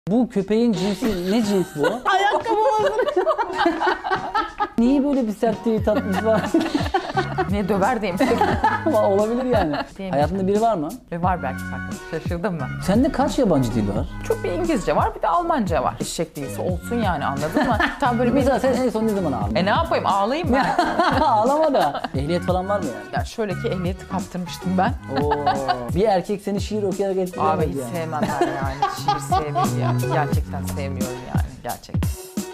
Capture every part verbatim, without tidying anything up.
Bu köpeğin cinsi ne cins bu? Ayakkabı olabilir. Niye böyle bir sert tweet atmış var? Niye döver diyeyim. Olabilir yani. Değil Hayatında biri var mı? Ve var belki farklı. Şaşırdın mı? Sende kaç yabancı dil var? Çok bir İngilizce var, bir de Almanca var. Eşek değilse olsun yani, anladın mı? Tam böyle bir... Mesela sen en son ne zaman ağladın? E ne yapayım, ağlayayım ben. Ağlama da. Ehliyet falan var mı yani? Ya şöyle ki ehliyeti kaptırmıştım ben. Oo. Bir erkek seni şiir okuyarak etkileyemez Abi hiç yani. sevmem ben yani. Şiir sevmiyorum ya. Gerçekten sevmiyorum yani. Gerçekten.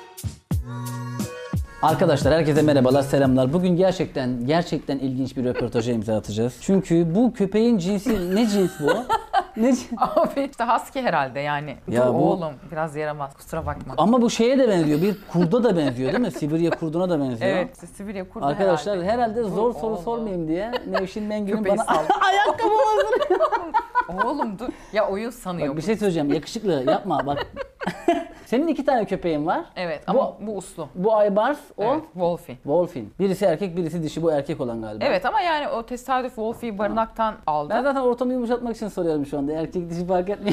Arkadaşlar herkese merhabalar, selamlar. Bugün gerçekten gerçekten ilginç bir röportaja imza atacağız. Çünkü bu köpeğin cinsi ne cins bu? Ne cins? Abi işte husky herhalde yani. Ya Dur bu- oğlum biraz yaramaz, kusura bakma. Ama bu şeye de benziyor. Bir kurda da benziyor değil mi? Sibirya kurduna da benziyor. Evet, Sibirya kurdu Arkadaşlar herhalde, herhalde. zor Dur soru oğlum. sormayayım diye Nevşin Mengü'nün Köpeği bana sal. ayakkabı hazır. Oğlum dur. Ya oyun sanıyor. Bak bir bu. şey söyleyeceğim. Yakışıklı yapma bak. Senin iki tane köpeğin var. Evet ama bu, uslu. Bu Aybars, o Evet, Wolfie. Wolfie. Birisi erkek, birisi dişi. Bu erkek olan galiba. Evet ama yani o tesadüf Wolfie'yi barınaktan aldı. Ben zaten ortamı yumuşatmak için soruyorum şu anda. Erkek dişi fark etmiyor.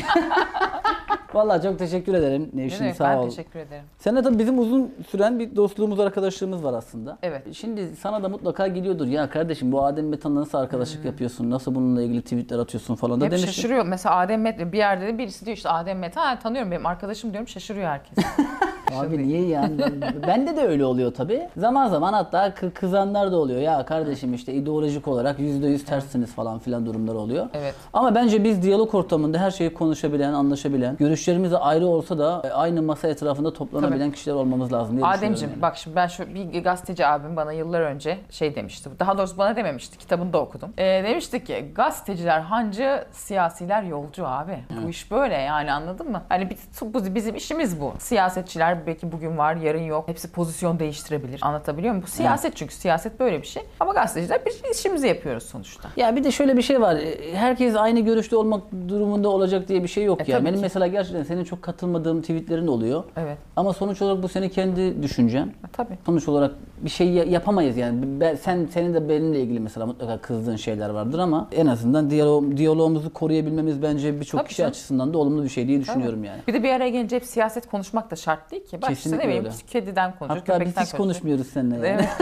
Vallahi çok teşekkür ederim Ne Nevşin, demek, sağ ben ol. teşekkür ederim. Seninle tabii bizim uzun süren bir dostluğumuz, arkadaşlığımız var aslında. Evet. Şimdi sana da mutlaka geliyordur. Ya kardeşim bu Adem Metan'la nasıl arkadaşlık Hmm. yapıyorsun? Nasıl bununla ilgili tweetler atıyorsun falan da Hep demiştim. şaşırıyor. Mesela Adem Met bir yerde de birisi diyor işte Adem Met. Ha tanıyorum, benim arkadaşım diyorum, şaşırıyor herkes. Abi niye yani? Bende de öyle oluyor tabii. Zaman zaman hatta kı- kızanlar da oluyor. Ya kardeşim işte ideolojik olarak yüzde yüz terssiniz falan filan durumlar oluyor. Evet. Ama bence biz diyalog ortamında her şeyi konuşabilen, anlaşabilen, görüşlerimiz de ayrı olsa da aynı masa etrafında toplanabilen Tabii. kişiler olmamız lazım diye Ademciğim düşünüyorum. bak şimdi ben şu bir gazeteci abim bana yıllar önce şey demişti. Daha doğrusu bana dememişti. Kitabını da okudum. Ee, demişti ki gazeteciler hancı, siyasiler yolcu abi. Bu iş böyle yani, anladın mı? Hani biz, bu, bizim işimiz bu. Siyasetçiler belki bugün var, yarın yok. Hepsi pozisyon değiştirebilir. Anlatabiliyor muyum? Bu siyaset, çünkü siyaset böyle bir şey. Ama gazeteciler biz işimizi yapıyoruz sonuçta. Ya bir de şöyle bir şey var. e, Herkes aynı görüşte olmak durumunda olacak diye bir şey yok E, ya. tabii Benim ki. mesela gerçekten senin çok katılmadığım tweetlerin oluyor. Evet. Ama sonuç olarak bu senin kendi düşüncen. E, tabii. Sonuç olarak bir şey ya- yapamayız yani. Ben, sen senin de benimle ilgili mesela mutlaka kızdığın şeyler vardır ama en azından diyalog, diyalogumuzu koruyabilmemiz bence birçok Tabii kişi canım. açısından da olumlu bir şey diye düşünüyorum yani. Bir de bir araya gelince hep siyaset konuşmak da şart değil ki. Bak işte Kesinlikle ne bileyim, öyle. kediden konuşuyor, Hatta biz köpekten hiç konuşuyor. konuşmuyoruz seninle yani. Evet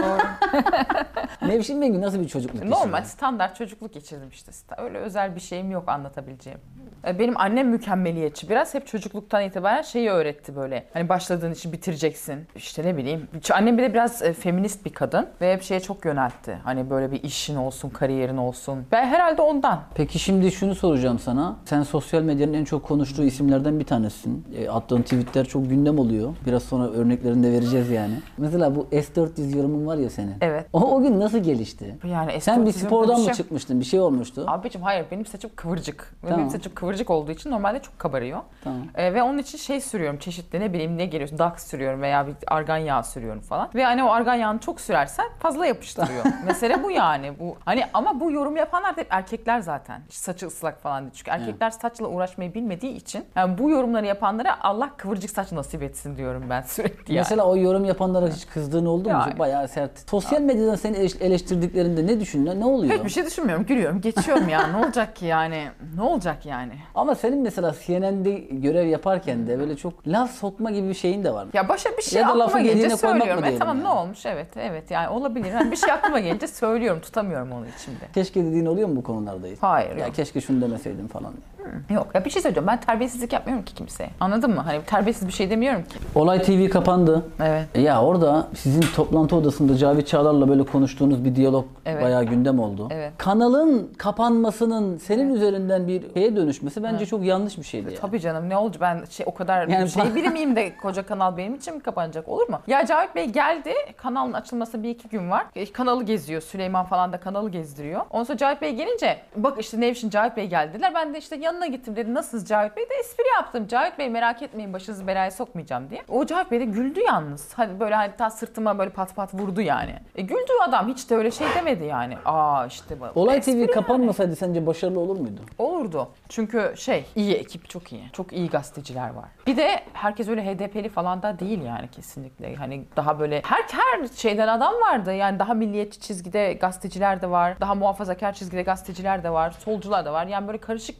doğru. Nevşin Mengü nasıl bir çocukluk Normal geçirdin? standart çocukluk geçirdim işte. Öyle özel bir şeyim yok anlatabileceğim. Benim annem mükemmeliyetçi. Biraz hep çocukluktan itibaren şeyi öğretti böyle. Hani başladığın işi bitireceksin. İşte ne bileyim. Annem bir de biraz e, feminist bir kadın ve hep şeye çok yöneltti. Hani böyle bir işin olsun, kariyerin olsun. Ben herhalde ondan. Peki şimdi şunu soracağım sana. Sen sosyal medyanın en çok konuştuğu isimlerden bir tanesisin. E, attığın tweetler çok gündem oluyor. Biraz sonra örneklerini de vereceğiz yani. Mesela bu S dört yüz yorumun var ya senin. Evet. O, o gün nasıl gelişti? Yani Sen bir estetik spordan bir mı şey- çıkmıştın? Bir şey olmuştu. Abicim hayır, benim saçım kıvırcık. Ve Tamam. Benim saçım kıvırcık olduğu için normalde çok kabarıyor. Tamam. Ee, ve onun için şey sürüyorum, çeşitli ne bileyim ne geliyorsun, Dax sürüyorum veya bir argan yağı sürüyorum falan. Ve hani o argan yağını çok sürersen fazla yapıştırıyor. Mesele bu yani. Bu hani ama bu yorum yapanlar da hep erkekler zaten. Saçı ıslak falan diye. Çünkü erkekler saçla uğraşmayı bilmediği için yani bu yorumları yapanlara Allah kıvırcık saç nasip etsin diyorum ben sürekli yani. Mesela o yorum yapanlara hiç kızdığın oldu mu? Yani. Bayağı sert. Sosyal medyadan seni eleş- eleştirdiklerinde ne düşünüyorsun? Ne oluyor? Hiçbir şey düşünmüyorum, gülüyorum, geçiyorum ya. Ne olacak ki yani? Ne olacak yani? Ama senin mesela C N N'de görev yaparken de böyle çok laf sokma gibi bir şeyin de var. Ya başa bir şey Ya da lafı aklıma gelince gediğine koymak mı söylüyorum. E diyelim tamam yani? ne olmuş? Evet, evet yani olabilir. Hani bir şey aklıma gelince söylüyorum, tutamıyorum onu içimde. Keşke dediğin oluyor mu bu konularda hiç? Hayır, Ya yok. keşke şunu demeseydim falan diye. Yok ya, bir şey söyleyeceğim. Ben terbiyesizlik yapmıyorum ki kimseye. Anladın mı? Hani terbiyesiz bir şey demiyorum ki. Olay T V kapandı. Evet. Ya orada sizin toplantı odasında Cavit Çağlar'la böyle konuştuğunuz bir diyalog Evet. bayağı gündem oldu. Evet. Kanalın kapanmasının senin üzerinden bir şeye dönüşmesi bence çok yanlış bir şeydi. Yani. Tabii canım, ne oldu, ben şey o kadar Yani şey pa- biri miyim de koca kanal benim için mi kapanacak, olur mu? Ya Cavit Bey geldi, kanalın açılmasına bir iki gün var. E, Kanalı geziyor, Süleyman falan da kanalı gezdiriyor. Ondan sonra Cavit Bey gelince bak işte Nevşin Cavit Bey geldi dediler. Ben de işte yanına gittim, dedi nasılsınız Cavit Bey, de espri yaptım. Cavit Bey merak etmeyin, başınızı belaya sokmayacağım diye. O Cavit Bey de güldü yalnız. Hani böyle hatta sırtıma böyle pat pat vurdu yani. E, güldü adam, hiç de öyle şey demedi yani. Aa işte bu. Olay espri T V yani. kapanmasaydı sence başarılı olur muydu? Olurdu. Çünkü şey, iyi ekip, çok iyi. Çok iyi gazeteciler var. Bir de herkes öyle H D P'li falan da değil yani kesinlikle. Hani daha böyle her her şeyden adam vardı. Yani daha milliyetçi çizgide gazeteciler de var. Daha muhafazakar çizgide gazeteciler de var. Solcular da var. Yani böyle karışık bir ekip. Zaten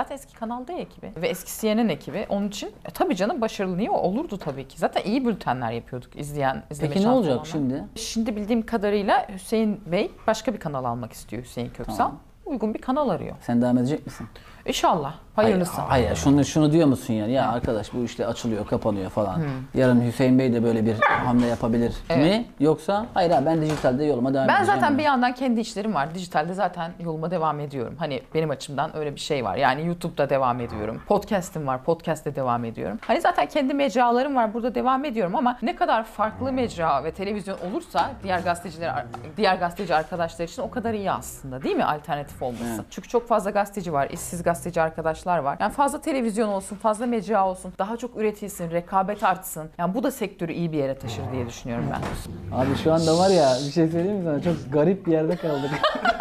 zaten eski Kanal D ekibi ve eski C N N ekibi. Onun için e, tabii canım başarılı niye olurdu tabii ki. Zaten iyi bültenler yapıyorduk izleyen, izleme Peki ne şansı olacak olanlar. şimdi? Şimdi bildiğim kadarıyla Hüseyin Bey başka bir kanal almak istiyor, Hüseyin Köksal. Tamam. Uygun bir kanal arıyor. Sen devam edecek misin? İnşallah. Hayırlısı. Hayır, hayır şunu, şunu diyor musun yani? Ya arkadaş bu işte açılıyor, kapanıyor falan. Yarın Hüseyin Bey de böyle bir hamle yapabilir Evet. mi? Yoksa hayır abi ben dijitalde yoluma devam Ben edeceğim. zaten mi? bir yandan kendi işlerim var. Dijitalde zaten yoluma devam ediyorum. Hani benim açımdan öyle bir şey var. Yani YouTube'da devam ediyorum. Podcast'im var. Podcast'te devam ediyorum. Hani zaten kendi mecralarım var. Burada devam ediyorum ama ne kadar farklı mecra ve televizyon olursa diğer gazeteciler, diğer gazeteci arkadaşlar için o kadar iyi aslında. Değil mi alternatif olması? Evet. Çünkü çok fazla gazeteci var. işsiz gazeteci arkadaşlar var. Yani fazla televizyon olsun, fazla mecra olsun. Daha çok üretilsin, rekabet artsın. Yani bu da sektörü iyi bir yere taşır diye düşünüyorum ben. Abi şu anda var ya bir şey söyleyeyim mi sana? Çok garip bir yerde kaldık.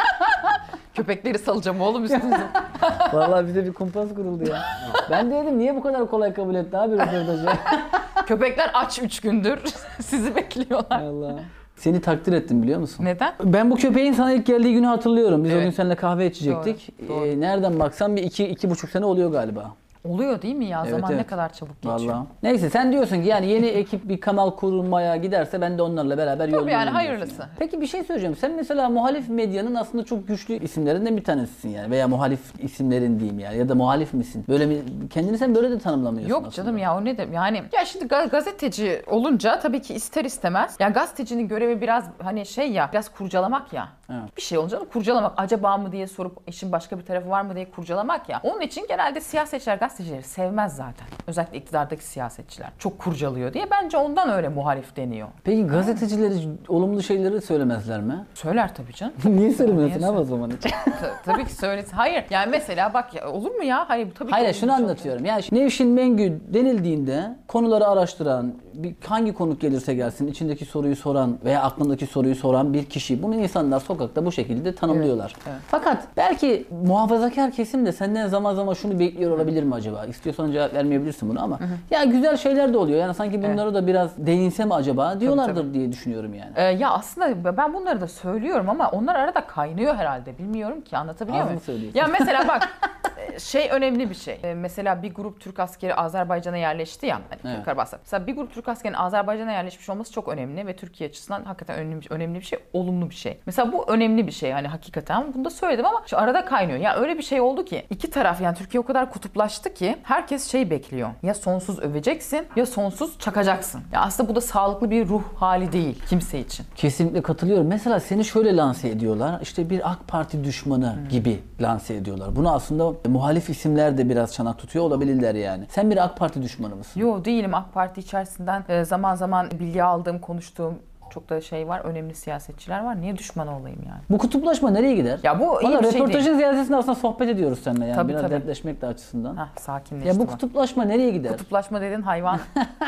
Köpekleri salacağım oğlum üstünüze. Vallahi bize bir kumpas kuruldu ya. Ben de dedim niye bu kadar kolay kabul etti abi röportajı? Köpekler aç üç gündür. Sizi bekliyorlar. Allah. Seni takdir ettim biliyor musun? Neden? Ben bu köpeğin sana ilk geldiği günü hatırlıyorum. Biz o Evet. gün seninle kahve içecektik. Doğru, doğru. Ee, nereden baksan bir iki, iki buçuk sene oluyor galiba. Oluyor değil mi ya? Evet, Zaman evet. ne kadar çabuk geçiyor. Vallahi. Neyse sen diyorsun ki yani yeni ekip bir kanal kurulmaya giderse ben de onlarla beraber yol Tabii yani yürürüm hayırlısı. diyorsun yani. Peki bir şey söyleyeceğim. Sen mesela muhalif medyanın aslında çok güçlü isimlerinden bir tanesisin yani. Veya muhalif isimlerin diyeyim yani. Ya da muhalif misin? Böyle mi? Kendini sen böyle de tanımlamıyorsun Yok aslında. canım ya o ne de yani ya şimdi ga- gazeteci olunca tabii ki ister istemez ya gazetecinin görevi biraz hani şey ya biraz kurcalamak ya. Evet. Bir şey olunca da kurcalamak acaba mı diye sorup işin başka bir tarafı var mı diye kurcalamak ya. Onun için genelde siyasetçiler gazetecileri sevmez zaten. Özellikle iktidardaki siyasetçiler. Çok kurcalıyor diye bence ondan öyle muhalif deniyor. Peki gazetecileri olumlu şeyleri söylemezler mi? Söyler tabii canım. Niye söylemiyorsun Niye abi o zaman hiç? Ta- tabii ki söylesin. Hayır yani mesela bak ya, olur mu ya? Hayır tabii ki Hayır olumlu şunu bir şey anlatıyorum. Yani Nevşin Mengü denildiğinde konuları araştıran, bir, hangi konuk gelirse gelsin içindeki soruyu soran veya aklındaki soruyu soran bir kişi. Bunu insanlar sokakta bu şekilde tanımlıyorlar. Evet, evet. Fakat belki muhafazakar kesim de senden zaman zaman şunu bekliyor olabilir mi acaba? İstiyorsan cevap vermeyebilirsin bunu ama ya güzel şeyler de oluyor. Yani sanki bunlara da biraz değinse mi acaba diyorlardır tabii. diye düşünüyorum yani. Ee, ya aslında ben bunları da söylüyorum ama onlar arada kaynıyor herhalde. Bilmiyorum ki anlatabiliyor Az mı muyum? söylüyorsun? Ya mesela bak e, şey önemli bir şey. E, Mesela bir grup Türk askeri Azerbaycan'a yerleşti ya. Hani Evet. yukarı bahset. Mesela bir grup Türk askerinin Azerbaycan'a yerleşmiş olması çok önemli ve Türkiye açısından hakikaten önemli, önemli bir şey, olumlu bir şey. Mesela bu önemli bir şey hani hakikaten. Bunu da söyledim ama şu arada kaynıyor. Ya öyle bir şey oldu ki iki taraf yani Türkiye o kadar kutuplaştı ki herkes şey bekliyor. Ya sonsuz öveceksin ya sonsuz çakacaksın. Ya aslında bu da sağlıklı bir ruh hali değil kimse için. Kesinlikle katılıyorum. Mesela seni şöyle lanse ediyorlar. İşte bir AK Parti düşmanı gibi lanse ediyorlar. Bunu aslında muhalif isimler de biraz çanak tutuyor olabilirler yani. Sen bir AK Parti düşmanı mısın? Yo değilim. AK Parti içerisinden e, zaman zaman bilgi aldığım, konuştuğum çok da şey var. Önemli siyasetçiler var. Niye düşman olayım yani? Bu kutuplaşma nereye gider? Ya bu iyi Valla bir şey röportajın değil. ziyadesinde aslında sohbet ediyoruz seninle yani. Tabii, Biraz tabii. dertleşmek de açısından. Hah sakinleşti Ya bu bak. kutuplaşma nereye gider? Kutuplaşma dedin hayvan.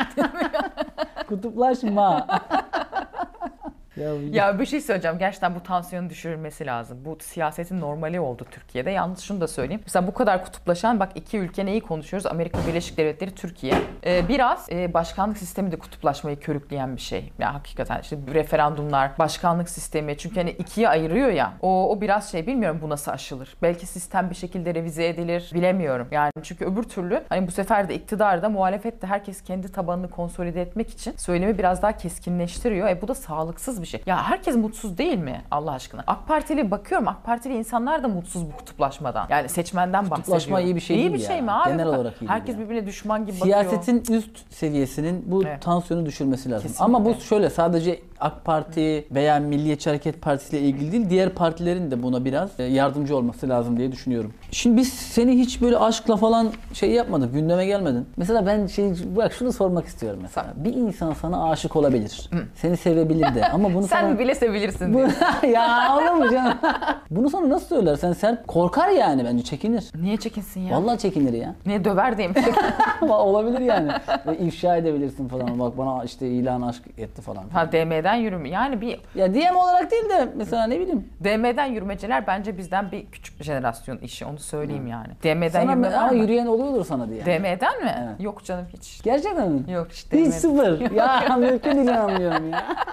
Kutuplaşma. ya, Ya bir şey söyleyeceğim. Gerçekten bu tansiyonun düşürülmesi lazım. Bu siyasetin normali oldu Türkiye'de. Yalnız şunu da söyleyeyim. Mesela bu kadar kutuplaşan bak iki ülke neyi konuşuyoruz? Amerika Birleşik Devletleri, Türkiye. Ee, biraz e, başkanlık sistemi de kutuplaşmayı körükleyen bir şey. Yani hakikaten işte referandumlar, başkanlık sistemi. Çünkü hani ikiye ayırıyor ya. O, o biraz şey bilmiyorum bu nasıl aşılır. Belki sistem bir şekilde revize edilir. Bilemiyorum. Yani çünkü öbür türlü hani bu sefer de iktidarda muhalefette herkes kendi tabanını konsolide etmek için söylemi biraz daha keskinleştiriyor. E bu da sağlıksız bir şey. Ya herkes mutsuz değil mi Allah aşkına? AK Partili bakıyorum AK Partili insanlar da mutsuz bu kutuplaşmadan. Yani seçmenden bahsediyor. Kutuplaşma iyi bir şey iyi değil bir ya. şey mi abi? Genel Bu- olarak iyi değil Herkes ya. birbirine düşman gibi bakıyor. Siyasetin üst seviyesinin bu Evet. tansiyonu düşürmesi lazım. Kesinlikle. Ama bu şöyle sadece AK Parti veya Milliyetçi Hareket Partisi ile ilgili değil, diğer partilerin de buna biraz e, yardımcı olması lazım diye düşünüyorum. Şimdi biz seni hiç böyle aşkla falan şey yapmadık, gündeme gelmedin. Mesela ben şey bak şunu sormak istiyorum mesela. Bir insan sana aşık olabilir. Seni sevebilir de ama bunu Sen sana... bile sevilirsin Bu- diye. ya olur mu canım? Bunu sana nasıl söylersen sen korkar yani bence çekinir. Niye çekinsin ya? Vallahi çekinir ya. Niye döver diyeyim. Olabilir yani. Ve ifşa edebilirsin falan. Bak bana işte ilan aşk etti falan. Ha D M'den yürüme. Yani bir Ya D M olarak değil de mesela ne bileyim. D M'den yürümeceler bence bizden bir küçük bir jenerasyon işi. Onu söyleyeyim yani. D M'den Sana yürüme var ama mı? yürüyen oluyordur sana diye. D M'den mi? Evet. Yok canım hiç. Gerçekten mi? Yok hiç Hiç D M'den. sıfır. Ya mümkün değil inanmıyorum ya.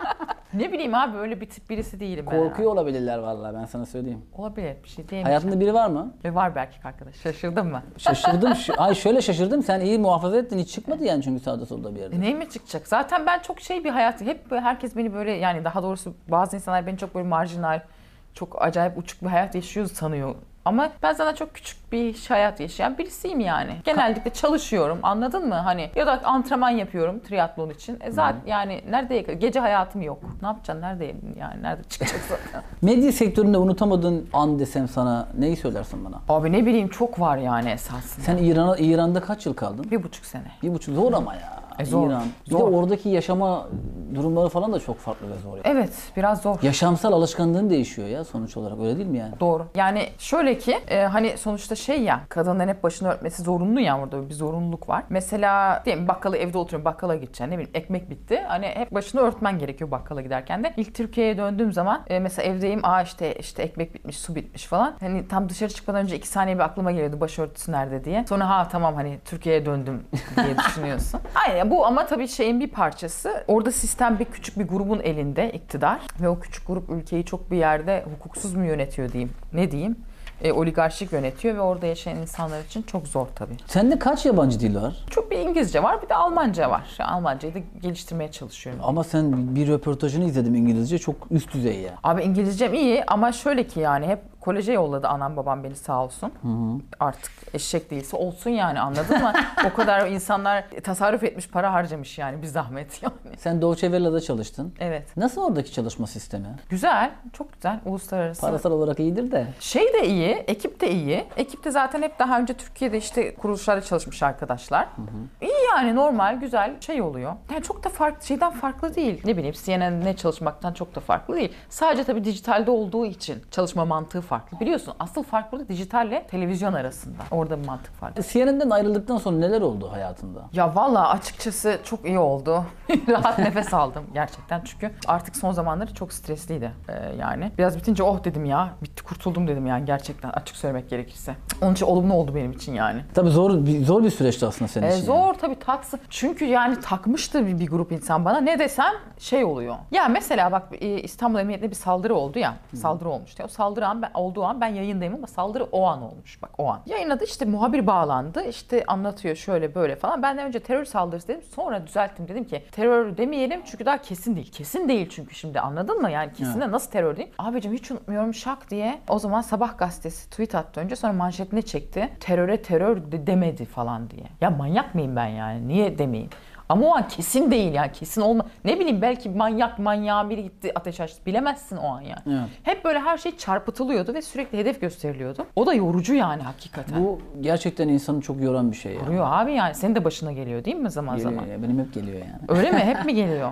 Ne bileyim abi öyle bir tip birisi değilim ben. Korkuyor olabilirler vallahi, ben sana söyleyeyim. Olabilir, bir şey diyemeyeceğim. Hayatında biri var mı? Ve var bir erkek arkadaş. Şaşırdın mı? Şaşırdım. Şu- Ay şöyle şaşırdım. Sen iyi muhafaza ettin. Hiç çıkmadı yani çünkü sağda solda bir yerde. E neyime çıkacak? Zaten ben çok şey bir hayat, hep böyle herkes beni böyle, yani daha doğrusu bazı insanlar beni çok böyle marjinal, çok acayip uçuk bir hayat yaşıyor sanıyor. Ama ben zaten çok küçük bir hayat yaşayan birisiyim yani. Genellikle çalışıyorum, anladın mı? Hani ya da antrenman yapıyorum triatlon için. E zaten yani nerede yakın? Gece hayatım yok. Ne yapacaksın? Nerede yani? Nerede çıkacak zaten? Medya sektöründe unutamadığın an desem sana neyi söylersin bana? Abi ne bileyim çok var yani esasında. Sen İran'a, İran'da kaç yıl kaldın? Bir buçuk sene. Bir buçuk, zor ama ya. E zor, İran. Bir zor. de oradaki yaşama durumları falan da çok farklı ve zor. Ya. Evet, biraz zor. Yaşamsal alışkanlığın değişiyor ya sonuç olarak, öyle değil mi yani? Doğru. Yani şöyle ki e, hani sonuçta şey ya, kadınların hep başını örtmesi zorunlu ya, orada bir zorunluluk var. Mesela diyelim bakkala, evde oturuyorum, bakkala gideceksin, ne bileyim ekmek bitti. Hani hep başını örtmen gerekiyor bakkala giderken de. İlk Türkiye'ye döndüğüm zaman e, mesela evdeyim, aa işte işte ekmek bitmiş, su bitmiş falan. Hani tam dışarı çıkmadan önce iki saniye bir aklıma geliyordu başörtüsü nerede diye. Sonra ha tamam hani Türkiye'ye döndüm diye düşünüyorsun. Aynen bu, ama tabii şeyin bir parçası. Orada sistem bir küçük bir grubun elinde, iktidar. Ve o küçük grup ülkeyi çok bir yerde hukuksuz mu yönetiyor diyeyim. Ne diyeyim? E, oligarşik yönetiyor ve orada yaşayan insanlar için çok zor tabii. Sende kaç yabancı dil var? Çok bir İngilizce var, bir de Almanca var. Almancayı da geliştirmeye çalışıyorum. Ama sen bir röportajını izledim, İngilizce çok üst düzey ya. Abi İngilizcem iyi ama şöyle ki yani hep koleje yolladı anam babam beni sağ olsun. Hı hı. Artık eşek değilse olsun yani, anladın mı? O kadar insanlar tasarruf etmiş, para harcamış yani, bir zahmet yani. Sen Deutsche Welle'de çalıştın. Evet. Nasıl oradaki çalışma sistemi? Güzel, çok güzel. Uluslararası. Parasal olarak iyidir de. Şey de iyi, ekip de iyi. Ekipte zaten hep daha önce Türkiye'de işte kuruluşlarda çalışmış arkadaşlar. Hı hı. İyi yani, normal, güzel şey oluyor. Yani çok da farklı, şeyden farklı değil. Ne bileyim C N N'de çalışmaktan çok da farklı değil. Sadece tabii dijitalde olduğu için çalışma mantığı farklı. Biliyorsun asıl fark burada dijitalle televizyon arasında. Orada bir mantık farklı. C N N'den ayrıldıktan sonra neler oldu hayatında? Ya valla açıkçası çok iyi oldu. Rahat nefes aldım gerçekten, çünkü artık son zamanları çok stresliydi ee, yani. Biraz bitince oh dedim ya, bitti kurtuldum dedim yani, gerçekten açık söylemek gerekirse. Onun için olumlu oldu benim için yani. Tabii zor bir, zor bir süreçti aslında senin Ee, için. zor yani. tabii, tatsız. Çünkü yani takmıştı bir, bir grup insan bana. Ne desem şey oluyor. Ya mesela bak e, İstanbul Emniyet'te bir saldırı oldu ya. Hı. Saldırı olmuştu. O saldırı an, ben, olduğu an ben yayındayım ama saldırı o an olmuş. Bak o an. Yayınladı işte, muhabir bağlandı. İşte anlatıyor şöyle böyle falan. Ben de önce terör saldırısı dedim. Sonra düzelttim, dedim ki terör demeyelim çünkü daha kesin değil. Kesin değil çünkü şimdi, anladın mı? Yani kesin de nasıl terör değil? Abicim hiç unutmuyorum, şak diye. O zaman Sabah gazetesi tweet attı önce, sonra manşetine çekti. Teröre terör de demedi falan diye. Ya manyak mıyım ben yani? Niye demeyeyim? Ama o an kesin değil yani, kesin olma. Ne bileyim, belki manyak manyağa biri gitti ateş açtı. Bilemezsin o an yani. Evet. Hep böyle her şey çarpıtılıyordu ve sürekli hedef gösteriliyordu. O da yorucu yani hakikaten. Bu gerçekten insanı çok yoran bir şey ya. Yoruyor abi yani. Senin de başına geliyor değil mi zaman Geliyor zaman? ya, benim hep geliyor yani. Öyle mi? Hep mi geliyor?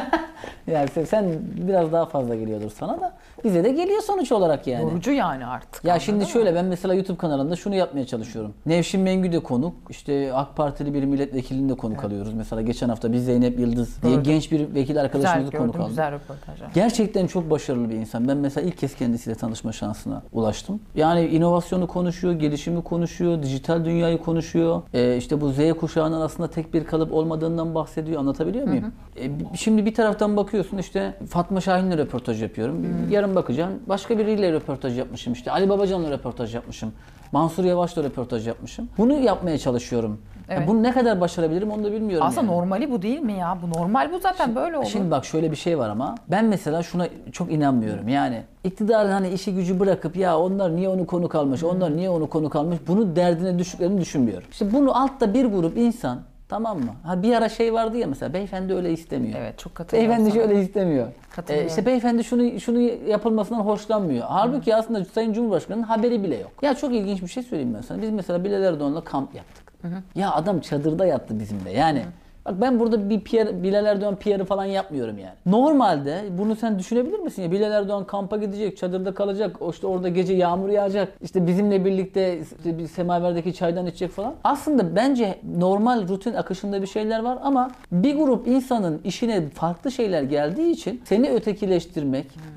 Yani sen, sen biraz daha fazla geliyordur sana da, bize de geliyor sonuç olarak yani. Yorucu yani artık. Ya anladın şimdi mı? şöyle, ben mesela YouTube kanalında şunu yapmaya çalışıyorum. Nevşin Mengü de konuk, işte AK Partili bir milletvekilini de konuk alıyoruz. Mesela geçen hafta biz Zeynep Yıldız diye Gördüm. genç bir vekil arkadaşımızı Güzel konuk gördüm, aldık. güzel röportaj. Gerçekten çok başarılı bir insan. Ben mesela ilk kez kendisiyle tanışma şansına ulaştım. Yani inovasyonu konuşuyor, gelişimi konuşuyor, dijital dünyayı konuşuyor. Ee, işte bu Z kuşağının aslında tek bir kalıp olmadığından bahsediyor. Anlatabiliyor muyum? Hı hı. Ee, şimdi bir taraftan bakıyorsun, işte Fatma Şahin'le röportaj yapıyorum. Hı. Yarın bakacaksın başka biriyle röportaj yapmışım. İşte Ali Babacan'la röportaj yapmışım. Mansur Yavaş'la röportaj yapmışım. Bunu yapmaya çalışıyorum. Evet. Yani bunu ne kadar başarabilirim onu da bilmiyorum. Aslında yani. normali bu değil mi ya? Bu normal, bu zaten Şimdi, böyle olur. Şimdi bak şöyle bir şey var ama ben mesela şuna çok inanmıyorum. Yani iktidarın hani işi gücü bırakıp ya onlar niye onu konuk almış, onlar niye onu konuk almış, bunu derdine düştüklerini düşünmüyorum. İşte bunu altta bir grup insan, tamam mı? Ha bir ara şey vardı ya, mesela beyefendi öyle istemiyor. Evet, çok katılıyorum. Beyefendi sana. şöyle istemiyor. Katılıyorum. Ee, işte beyefendi şunu şunu yapılmasından hoşlanmıyor. Halbuki hmm. aslında Sayın Cumhurbaşkanı'nın haberi bile yok. Ya çok ilginç bir şey söyleyeyim ben sana. Biz mesela Bilal Erdoğan'la kamp yaptık. Hı hı. Ya adam çadırda yattı bizimle. Yani hı. Bak ben burada bir P R, Bilal Erdoğan P R'ı falan yapmıyorum yani. Normalde bunu sen düşünebilir misin ya? Bilal Erdoğan kampa gidecek, çadırda kalacak, o işte orada gece yağmur yağacak, işte bizimle birlikte işte bir semaverdeki çaydan içecek falan. Aslında bence normal rutin akışında bir şeyler var ama bir grup insanın işine farklı şeyler geldiği için seni ötekileştirmek, hmm.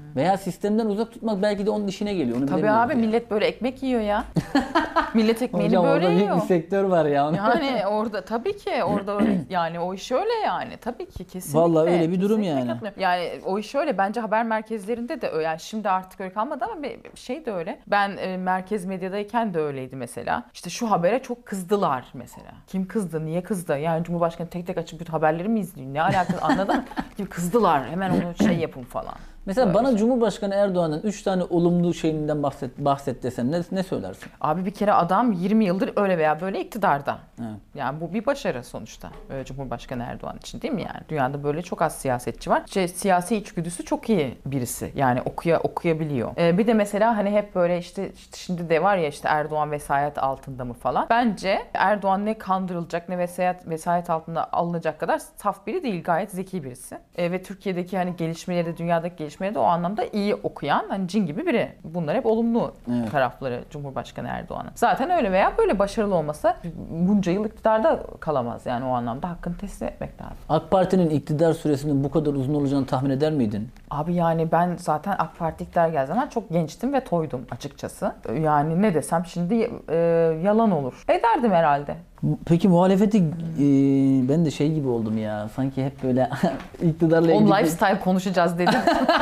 Veya sistemden uzak tutmak belki de onun işine geliyor. Onu Tabii bilemiyoruz abi yani. millet böyle ekmek yiyor ya. Millet ekmeğini Hocam böyle orada büyük yiyor. bir sektör var ya. Yani orada tabii ki orada öyle, yani o iş öyle yani tabii ki kesinlikle. Vallahi öyle bir durum kesinlikle yani. katılıyorum. Yani o iş öyle bence haber merkezlerinde de öyle. Yani şimdi artık öyle kalmadı ama bir bir şey de öyle. Ben e, merkez medyadayken de öyleydi mesela. İşte şu habere çok kızdılar mesela. Kim kızdı? Niye kızdı? Yani Cumhurbaşkanı tek tek açıp bütün haberleri mi izliyor? Ne alakası anladın mı? Gibi kızdılar. Hemen onu şey yapın falan. Mesela Böyle bana şey. Cumhurbaşkanı Erdoğan'ın üç tane olumlu şeyinden bahset, bahset desem ne, ne söylersin? Abi bir kere adam yirmi yıldır öyle veya böyle iktidarda. Evet. Yani bu bir başarı sonuçta e, Cumhurbaşkanı Erdoğan için değil mi yani? Dünyada böyle çok az siyasetçi var. Şey, siyasi içgüdüsü çok iyi birisi. Yani okuya okuyabiliyor. E, bir de mesela hani hep böyle işte, işte şimdi de var ya işte Erdoğan vesayet altında mı falan. Bence Erdoğan ne kandırılacak ne vesayet vesayet altında alınacak kadar saf biri değil. Gayet zeki birisi. E, ve Türkiye'deki hani gelişmeleri, dünyadaki gelişmeleri de o anlamda iyi okuyan hani cin gibi biri. Bunlar hep olumlu Evet. tarafları Cumhurbaşkanı Erdoğan'ın. Zaten öyle veya böyle başarılı olmasa bunca yıl iktidarda kalamaz. Yani o anlamda hakkını teslim etmek lazım. AK Parti'nin iktidar süresinin bu kadar uzun olacağını tahmin eder miydin? Abi yani ben zaten AK Parti iktidar geldiği zaman çok gençtim ve toydum açıkçası. Yani ne desem şimdi e, yalan olur. Ederdim herhalde. Peki muhalefeti e, ben de şey gibi oldum ya. Sanki hep böyle iktidarla On ilgili. lifestyle konuşacağız dedim.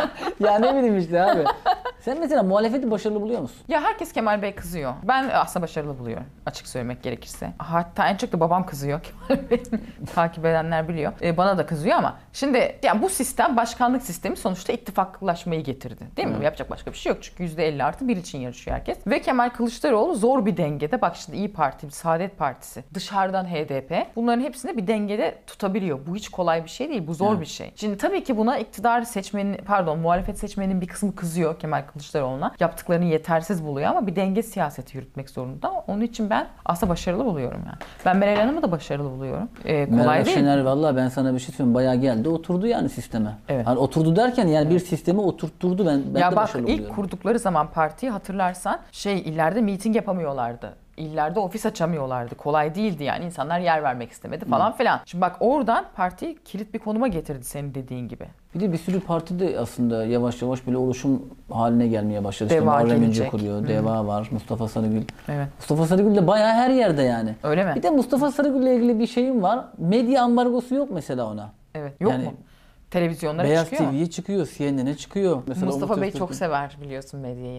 Ya ne bileyim işte abi. Sen mesela muhalefeti başarılı buluyor musun? Ya herkes Kemal Bey kızıyor. Ben aslında başarılı buluyorum açık söylemek gerekirse. Hatta en çok da babam kızıyor. Kemal Bey takip edenler biliyor. Ee, bana da kızıyor ama şimdi yani bu sistem başkanlık sistemi sonuçta ittifaklaşmayı getirdi. Değil mi? Evet. Yapacak başka bir şey yok çünkü yüzde elli artı bir için yarışıyor herkes. Ve Kemal Kılıçdaroğlu zor bir dengede. Bak şimdi İyi Parti, Saadet Partisi, dışarıdan H D P. Bunların hepsini bir dengede tutabiliyor. Bu hiç kolay bir şey değil. Bu zor Evet. bir şey. Şimdi tabii ki buna iktidar seçmenin, pardon muhalefet seçmenin bir kısmı kızıyor Kemal Kılıçdaroğlu'na. Yaptıklarını yetersiz buluyor ama bir denge siyaseti yürütmek zorunda. Onun için ben aslında başarılı buluyorum yani. Ben Meral Hanım'ı da başarılı buluyorum. Ee, kolay Meral değil. Şener vallahi ben sana bir şey söyleyeyim. Bayağı geldi oturdu yani sisteme. Evet. Hani oturdu derken yani bir sistemi oturtturdu ben, ben Ya de bak başarılı ilk buluyorum. kurdukları zaman partiyi hatırlarsan şey illerde miting yapamıyorlardı. İllerde ofis açamıyorlardı. Kolay değildi yani. İnsanlar yer vermek istemedi falan filan. Şimdi bak oradan parti kilit bir konuma getirdi senin dediğin gibi. Bir de bir sürü parti de aslında yavaş yavaş böyle oluşum haline gelmeye başladı. Deva işte Muharrem İnce gelecek. kuruyor, Hı. Deva var, Mustafa Sarıgül. Evet. Mustafa Sarıgül de bayağı her yerde yani. Öyle mi? Bir de Mustafa Sarıgül'le ilgili bir şeyim var. Medya ambargosu yok mesela ona. Evet. Yok Yani mu? Televizyonlara Beyaz çıkıyor mu? T V'ye çıkıyor, C N N'e çıkıyor. Mesela Mustafa Umut Bey Öztürk'ün- çok sever biliyorsun medyayı.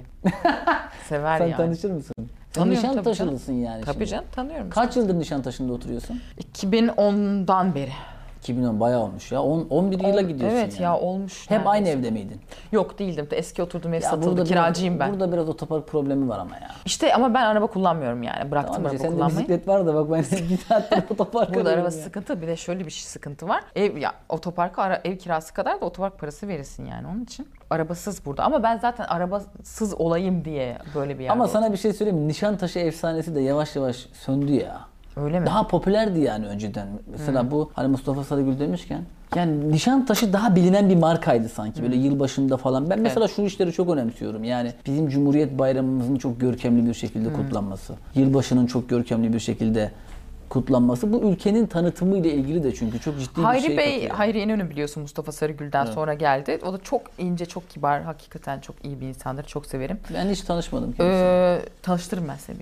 Sever Sen yani. tanışır mısın? Sen Tanıyorum tabii Nişantaşılısın yani Tabii şimdi. canım tanıyorum. Kaç yıldır Nişantaşı'nda oturuyorsun? iki bin ondan beri. iki bin on bayağı olmuş ya. on, on bir yıla gidiyorsun Evet yani. ya olmuş. Hep neredeyse. aynı evde miydin? Yok değildim. Eski oturduğum ev Ya satıldı. Kiracıyım biraz, ben. Burada biraz otopark problemi var ama ya. İşte ama ben araba kullanmıyorum yani. Bıraktım Tamam araba işte, sende kullanmayı. bisiklet var da bak ben bir saattir otoparka Burada araba arıyorum ya. sıkıntı. Bir de şöyle bir şey sıkıntı var. Ev ya otoparka ara, ev kirası kadar da otopark parası verirsin yani onun için. Arabasız burada. Ama ben zaten arabasız olayım diye böyle bir yerde Ama sana oturdum. bir şey söyleyeyim mi? Nişantaşı efsanesi de yavaş yavaş söndü ya. Öyle mi? Daha popülerdi yani önceden. Mesela bu hani Mustafa Sarıgül demişken yani Nişantaşı daha bilinen bir markaydı sanki böyle yılbaşında falan. Ben mesela şu işleri çok önemsiyorum. Yani bizim Cumhuriyet Bayramımızın çok görkemli bir şekilde kutlanması. Yılbaşının çok görkemli bir şekilde kutlanması. Bu ülkenin tanıtımı ile ilgili de çünkü çok ciddi bir Hayri şey Bey, katıyor. Hayri İnönü biliyorsun Mustafa Sarıgül'den Evet. sonra geldi. O da çok ince, çok kibar, hakikaten çok iyi bir insandır. Çok severim. Ben hiç tanışmadım kendisiyle. Ee, tanıştırırım ben seni.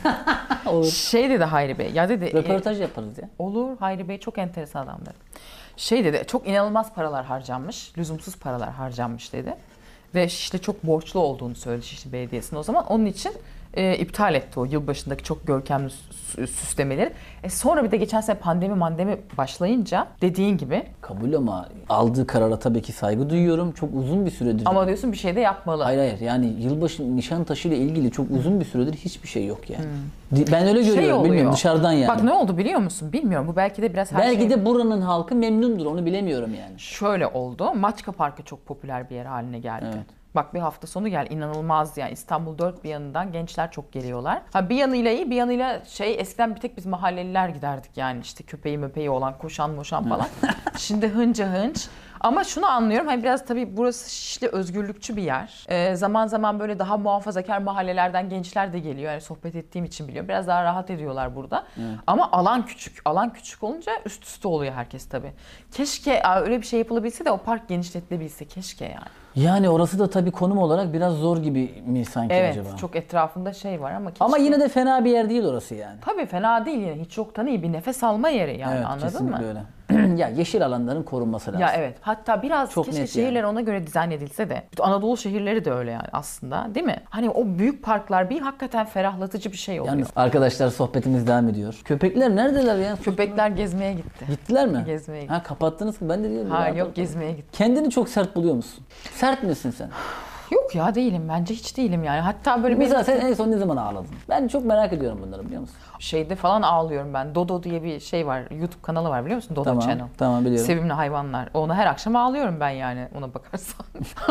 Olur. Şey dedi Hayri Bey. Ya dedi. Röportaj yaparız ya. Olur. Hayri Bey çok enteresan adamdır. Şey dedi, çok inanılmaz paralar harcanmış, lüzumsuz paralar harcanmış dedi. Ve işte çok borçlu olduğunu söyledi Şişli Belediyesi'nin o zaman. Onun için e, iptal etti o yılbaşındaki çok görkemli sü- süslemeleri. E, sonra bir de geçen sene pandemi mandemi başlayınca dediğin gibi Kabul ama aldığı karara tabii ki saygı duyuyorum. Çok uzun bir süredir. ama diyorsun bir şey de yapmalı. Hayır hayır yani yılbaşı Nişantaşı ile ilgili çok uzun bir süredir hiçbir şey yok yani. Di- Ben öyle görüyorum Şey oluyor. bilmiyorum dışarıdan yani. Bak ne oldu biliyor musun? Bilmiyorum. Bu belki de biraz her Belki şey... de buranın halkı memnundur onu bilemiyorum yani. Şöyle oldu. Maçka Parkı çok popüler bir yer haline geldi. Evet. Bak bir hafta sonu gel inanılmaz yani İstanbul dört bir yanından gençler çok geliyorlar. Ha bir yanıyla iyi bir yanıyla şey eskiden bir tek biz mahalleliler giderdik yani işte köpeği möpeği olan koşan moşan falan. Şimdi hınca hınç. Ama şunu anlıyorum hani biraz tabii burası Şişli özgürlükçü bir yer. Ee, zaman zaman böyle daha muhafazakar mahallelerden gençler de geliyor. Yani sohbet ettiğim için biliyorum. Biraz daha rahat ediyorlar burada. Evet. Ama alan küçük. Alan küçük olunca üst üste oluyor herkes tabii. Keşke aa, öyle bir şey yapılabilse de o park genişletilebilse keşke yani. Yani orası da tabii konum olarak biraz zor gibi mi sanki Evet, acaba? çok etrafında şey var ama keşke... Ama yine de fena bir yer değil orası yani. Tabii fena değil yine. Hiç yoktan iyi bir nefes alma yeri yani, Evet, anladın kesinlikle mı? öyle. Ya yeşil alanların korunması lazım. Ya evet. Hatta biraz Çok keşke net şehirler yani. ona göre dizayn edilse de. Anadolu şehirleri de öyle yani aslında, değil mi? Hani o büyük parklar bir hakikaten ferahlatıcı bir şey oluyor. Yalnız arkadaşlar sohbetimiz devam ediyor. Köpekler neredeler ya? Köpekler gezmeye gitti. Gittiler mi? Gezmeye gitti. Ha kapattınız mı? Ben de diyorum. Ha ya, yok, gezmeye gitti. Kendini çok sert buluyor musun? Sert misin sen? Yok ya, değilim. Bence hiç değilim yani. Hatta böyle Mesela bir sen en son ne zaman ağladın? Ben çok merak ediyorum bunları, biliyor musun? şeyde falan ağlıyorum ben. Dodo diye bir şey var. YouTube kanalı var, biliyor musun? Dodo Tamam, Channel. tamam biliyorum. Sevimli hayvanlar. Ona her akşam ağlıyorum ben yani, ona bakarsan.